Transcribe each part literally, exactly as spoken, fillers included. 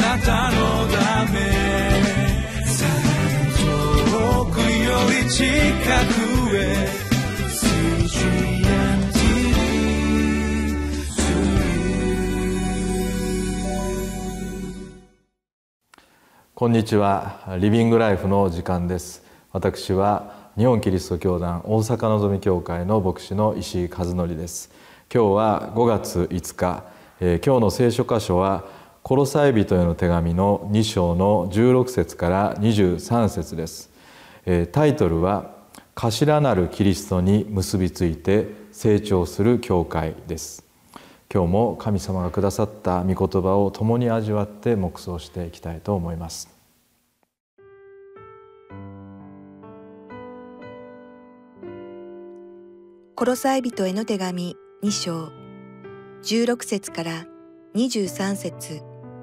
なたのため遠くより近くへこんにちは。リビングライフの時間です。私は日本キリスト教団大阪のぞみ教会の牧師の石井和則です。今日はごがついつか、えー、今日の聖書箇所はコロサイ人への手紙のに章のじゅうろく節からにじゅうさん節です。えー、タイトルは頭なるキリストに結びついて成長する教会です。今日も神様がくださった御言葉を共に味わって黙想していきたいと思います。 コロサイ人への手紙に章じゅうろく節からにじゅうさん節。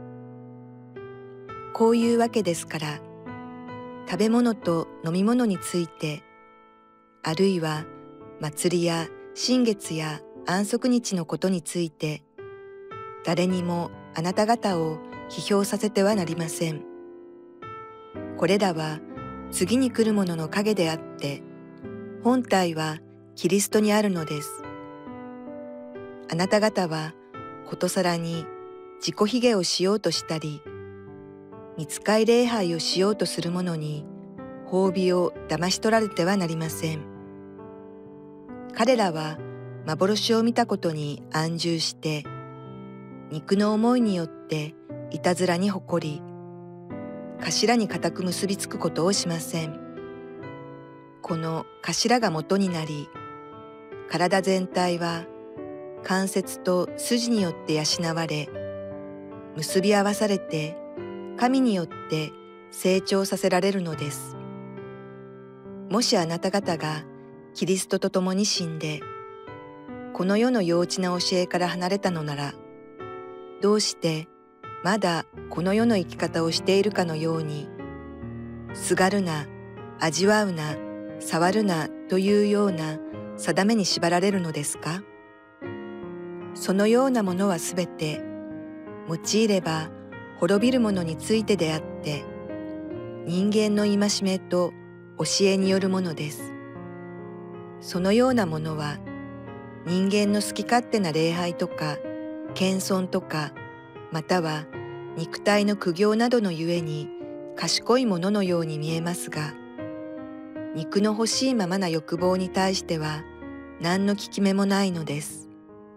こういうわけですから、食べ物と飲み物について、あるいは祭りや新月や安息日のことについて、誰にもあなた方を批評させてはなりません。これらは次に来るものの影であって、本体はキリストにあるのです。あなた方はことさらに自己卑下をしようとしたり、御使い礼拝をしようとする者に褒美を騙し取られてはなりません。彼らは幻を見たことに安住して、肉の思いによっていたずらに誇り、頭に固く結びつくことをしません。この頭が元になり、体全体は関節と筋によって養われ、結び合わされて神によって成長させられるのです。もしあなた方がキリストと共に死んで、この世の幼稚な教えから離れたのなら、どうしてまだこの世の生き方をしているかのように、すがるな、味わうな、触るなというような定めに縛られるのですか？そのようなものはすべて、用いれば滅びるものについてであって、人間の戒めと教えによるものです。そのようなものは、人間の好き勝手な礼拝とか謙遜とか、または肉体の苦行などのゆえに賢いもののように見えますが、肉の欲しいままな欲望に対しては何の効き目もないのです。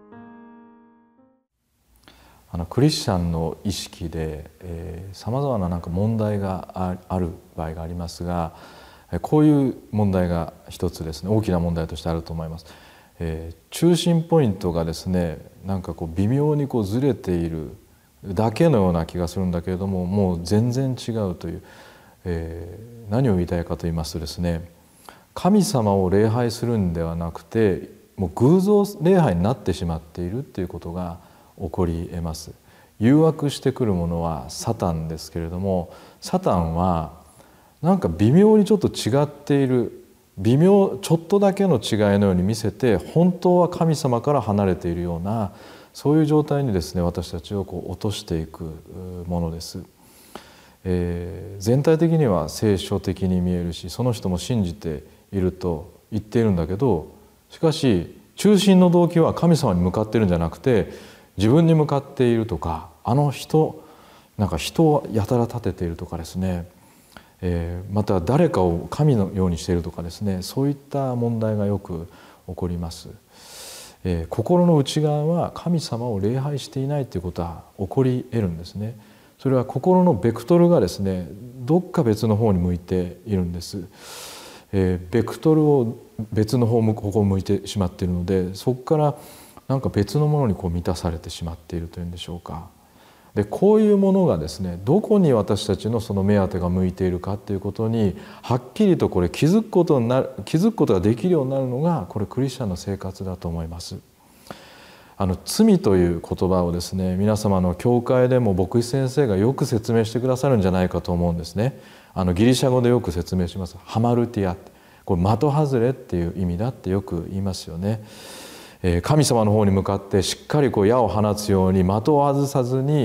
あのクリスチャンの意識でさまざまななんか問題がある場合がありますが、こういう問題が一つですね、大きな問題としてあると思います。えー、中心ポイントがですね、なんかこう微妙にこうずれているだけのような気がするんだけれども、もう全然違うという、えー、何を言いたいかと言いますとですね、神様を礼拝するんではなくて、もう偶像礼拝になってしまっているということが起こり得ます。誘惑してくるものはサタンですけれども、サタンはなんか微妙にちょっと違っている、微妙ちょっとだけの違いのように見せて、本当は神様から離れているような、そういう状態にですね、私たちをこう落としていくものです。えー、全体的には聖書的に見えるし、その人も信じていると言っているんだけど、しかし中心の動機は神様に向かっているんじゃなくて、自分に向かっているとか、あの人なんか人をやたら立てているとかですね、えー、また誰かを神のようにしているとかですね、そういった問題がよく起こります。えー、心の内側は神様を礼拝していないということは起こり得るんですね。それは心のベクトルがですね、どっか別の方に向いているんです。えー、ベクトルを別の方向ここを向いてしまっているので、そこからなんか別のものにこう満たされてしまっているというんでしょうか。でこういうものがですね、どこに私たちのその目当てが向いているかということにはっきりとこれ気づくことになる気づくことができるようになるのが、これクリスチャンの生活だと思います。あの罪という言葉をですね、皆様の教会でも牧師先生がよく説明してくださるんじゃないかと思うんですね。あのギリシャ語でよく説明します。ハマルティア、これ的外れっていう意味だってよく言いますよね。神様の方に向かってしっかりこう矢を放つように的を外さずに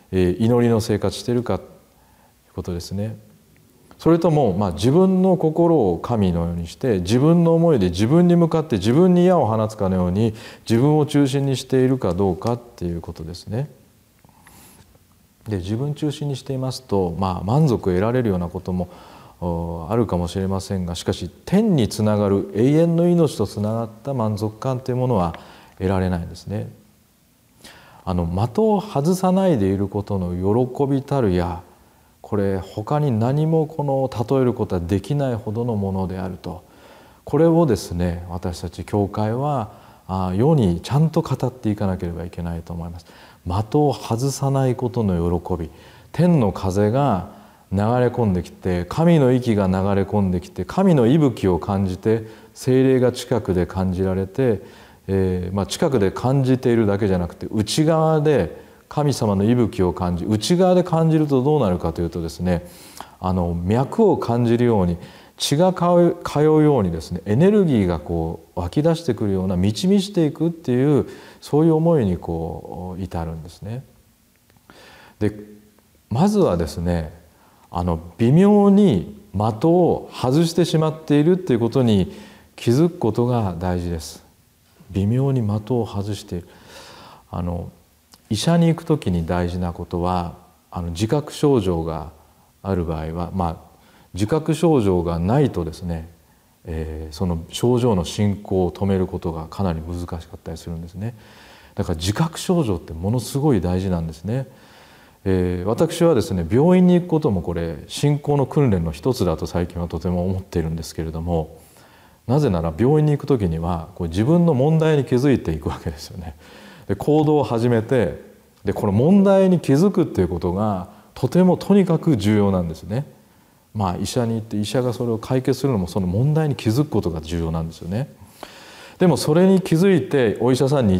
祈りの生活しているかということですね。それとも、まあ、自分の心を神のようにして自分の思いで自分に向かって自分に矢を放つかのように自分を中心にしているかどうかっていうことですね。で自分中心にしていますと、まあ、満足を得られるようなこともあるかもしれませんが、しかし天につながる永遠の命とつながった満足感というものは得られないんですね。あの的を外さないでいることの喜びたるや、これ他に何もこの例えることはできないほどのものであると、これをですね私たち教会は世にちゃんと語っていかなければいけないと思います。的を外さないことの喜び、天の風が流れ込んできて神の息が流れ込んできて神の息吹を感じて聖霊が近くで感じられて、えーまあ、近くで感じているだけじゃなくて内側で神様の息吹を感じ、内側で感じるとどうなるかというとですね、あの脈を感じるように血が通うようにですねエネルギーがこう湧き出してくるような満ち満ちていくっていう、そういう思いにこう至るんですね。でまずはですねあの微妙に的を外してしまっているっていうことに気づくことが大事です。微妙に的を外している。あの医者に行くときに大事なことは、あの自覚症状がある場合は、まあ、自覚症状がないとですね、えー、その症状の進行を止めることがかなり難しかったりするんですね。だから自覚症状ってものすごい大事なんですね。えー、私はですね病院に行くこともこれ信仰の訓練の一つだと最近はとても思っているんですけれども、なぜなら病院に行くときにはこう自分の問題に気づいていくわけですよね。で行動を始めて、でこの問題に気づくっていうことがとてもとにかく重要なんですね。まあ医者に行って医者がそれを解決するのもその問題に気づくことが重要なんですよね。でもそれに気づいてお医者さんに行って、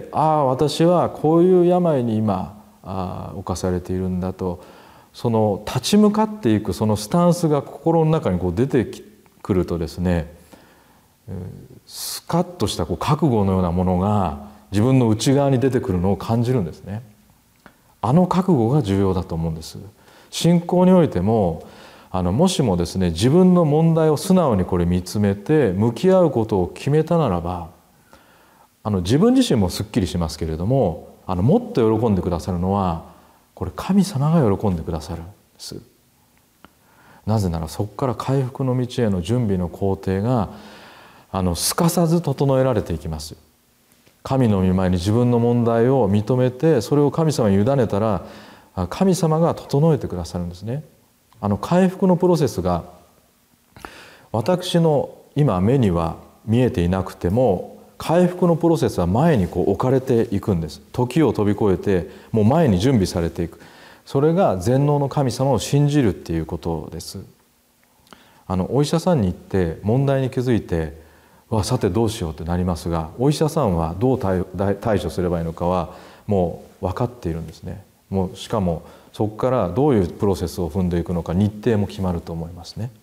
ああ私はこういう病に今あ侵されているんだと、その立ち向かっていくそのスタンスが心の中にこう出てくるとですね、スカッとしたこう覚悟のようなものが自分の内側に出てくるのを感じるんですね。あの覚悟が重要だと思うんです。信仰においてもあのもしもですね自分の問題を素直にこれ見つめて向き合うことを決めたならば、あの自分自身もすっきりしますけれども、あのもっと喜んでくださるのはこれ神様が喜んでくださるんです。なぜならそこから回復の道への準備の工程があのすかさず整えられていきます。神の御前に自分の問題を認めてそれを神様に委ねたら神様が整えてくださるんですね。あの回復のプロセスが私の今目には見えていなくても回復のプロセスは前にこう置かれていくんです。時を飛び越えてもう前に準備されていく。それが全能の神様を信じるっていうことです。あのお医者さんに行って問題に気づいてわさてどうしようってなりますが、お医者さんはどう 対, 対処すればいいのかはもう分かっているんですね。もうしかもそこからどういうプロセスを踏んでいくのか日程も決まると思いますね。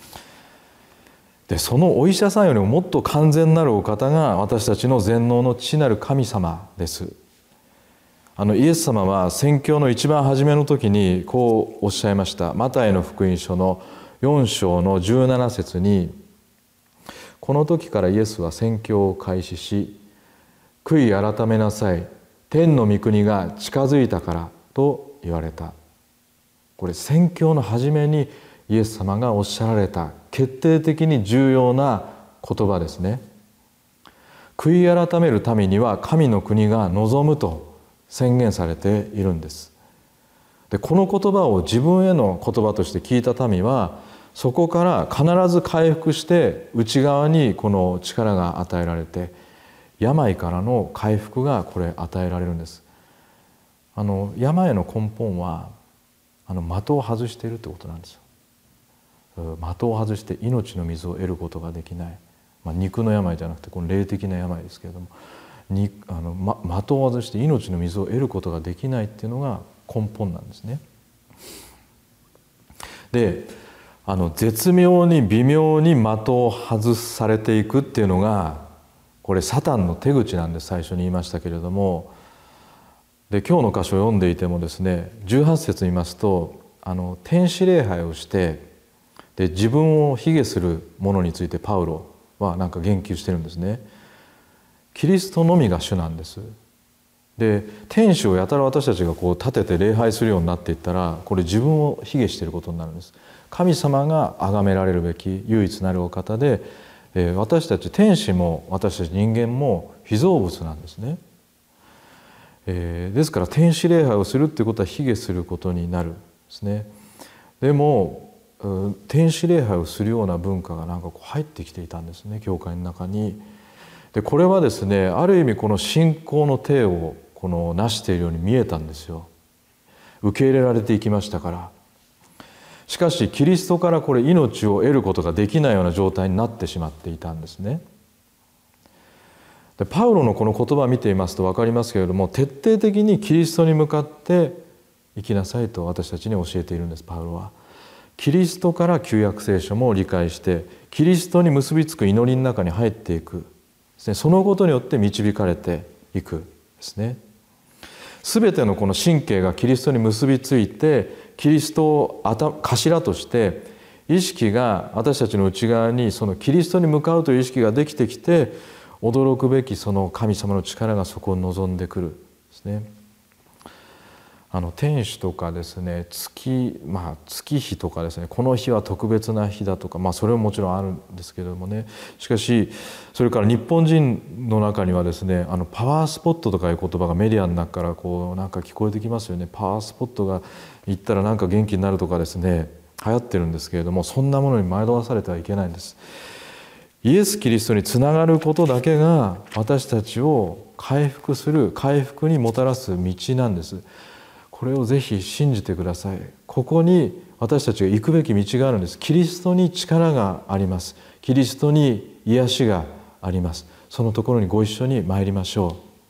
でそのお医者さんよりももっと完全なるお方が私たちの全能の父なる神様です。あのイエス様は宣教の一番初めの時にこうおっしゃいました。マタイの福音書のよん章のじゅうなな節に、この時からイエスは宣教を開始し、悔い改めなさい、天の御国が近づいたからと言われた。これ宣教の初めにイエス様がおっしゃられた決定的に重要な言葉ですね。悔い改めるためには神の国が望むと宣言されているんです。でこの言葉を自分への言葉として聞いた民はそこから必ず回復して内側にこの力が与えられて病からの回復がこれ与えられるんです。あの病の根本はあの的を外しているってことなんですよ。的を外して命の水を得ることができない、まあ、肉の病じゃなくてこの霊的な病ですけれども、にあの、ま、的を外して命の水を得ることができないっていうのが根本なんですね。であの絶妙に微妙に的を外されていくっていうのがこれサタンの手口なんです。最初に言いましたけれども、 で今日の箇所を読んでいてもですね、じゅうはち節見ますと、あの天使礼拝をしてで自分を卑下するものについてパウロはなんか言及してるんですね。キリストのみが主なんです。で天使をやたら私たちがこう立てて礼拝するようになっていったら、これ自分を卑下していることになるんです。神様が崇められるべき唯一なるお方で、えー、私たち天使も私たち人間も被造物なんですね。えー、ですから天使礼拝をするっていうことは卑下することになるんですね。でも天使礼拝をするような文化がなんかこう入ってきていたんですね、教会の中に。でこれはですね、ある意味この信仰の体をこの成しているように見えたんですよ。受け入れられていきましたから。しかしキリストからこれ命を得ることができないような状態になってしまっていたんですね。でパウロのこの言葉を見ていますと分かりますけれども、徹底的にキリストに向かって生きなさいと私たちに教えているんです。パウロはキリストから旧約聖書も理解して、キリストに結びつく祈りの中に入っていくですね。そのことによって導かれていくですね。すべてのこの神経がキリストに結びついて、キリストを頭として意識が私たちの内側にそのキリストに向かうという意識ができてきて、驚くべきその神様の力がそこに臨んでくるですね。あの天使とかですね、月、まあ、月日とかですね、この日は特別な日だとか、まあ、それももちろんあるんですけれどもね。しかしそれから日本人の中にはですね、あのパワースポットとかいう言葉がメディアの中からこうなんか聞こえてきますよね。パワースポットが行ったらなんか元気になるとかですね、流行ってるんですけれども、そんなものに惑わされてはいけないんです。イエス・キリストにつながることだけが私たちを回復する、回復にもたらす道なんです。これをぜひ信じてください。ここに私たちが行くべき道があるんです。キリストに力があります。キリストに癒しがあります。そのところにご一緒に参りましょう。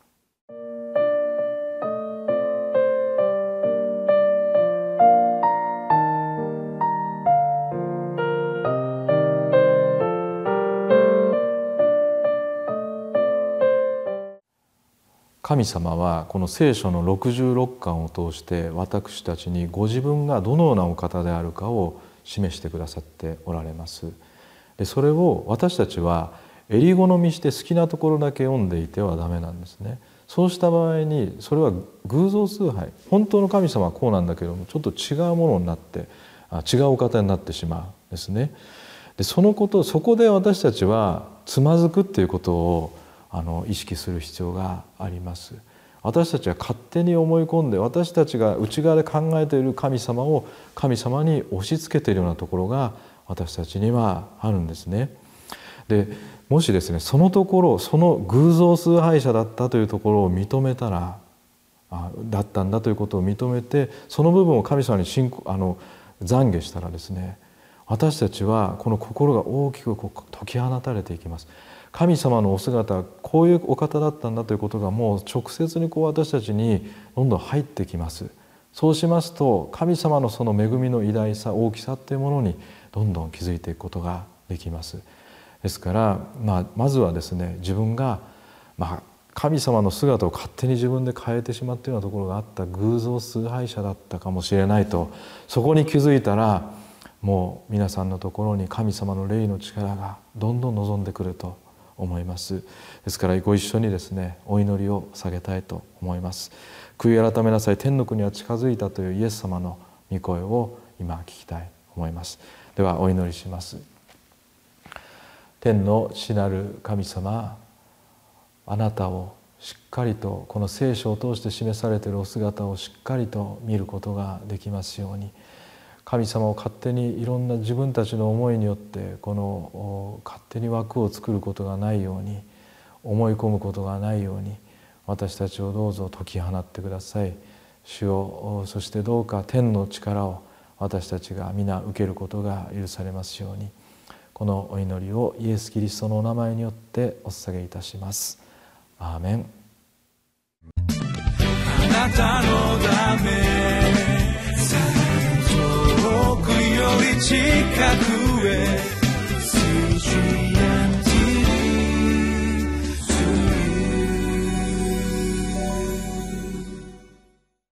神様はこの聖書のろくじゅうろっかんを通して私たちにご自分がどのようなお方であるかを示してくださっておられます。でそれを私たちは襟好みして好きなところだけ読んでいてはダメなんですね。そうした場合にそれは偶像崇拝、本当の神様はこうなんだけどもちょっと違うものになって違うお方になってしまうんですね。でそのことそこで私たちはつまずくっていうことをあの意識する必要があります。私たちは勝手に思い込んで、私たちが内側で考えている神様を神様に押し付けているようなところが私たちにはあるんですね。でもしですね、そのところその偶像崇拝者だったというところを認めたらあだったんだということを認めて、その部分を神様に信仰あの懺悔したらですね、私たちはこの心が大きくこう解き放たれていきます。神様のお姿、こういうお方だったんだということがもう直接にこう私たちにどんどん入ってきます。そうしますと神様のその恵みの偉大さ、大きさというものにどんどん気づいていくことができます。ですから、まあ、まずはですね、自分が、まあ、神様の姿を勝手に自分で変えてしまったようなところがあった偶像崇拝者だったかもしれないと、そこに気づいたらもう皆さんのところに神様の霊の力がどんどん望んでくると思います。ですからご一緒にですね、お祈りを下げたいと思います。悔い改めなさい、天の国は近づいたというイエス様の御声を今聞きたいと思います。ではお祈りします。天の父なる神様、あなたをしっかりとこの聖書を通して示されているお姿をしっかりと見ることができますように、神様を勝手にいろんな自分たちの思いによってこの勝手に枠を作ることがないように、思い込むことがないように、私たちをどうぞ解き放ってください。主よ、そしてどうか天の力を私たちが皆受けることが許されますように、このお祈りをイエス・キリストのお名前によってお捧げいたします。アーメン。 あなたのため遠くより近くへ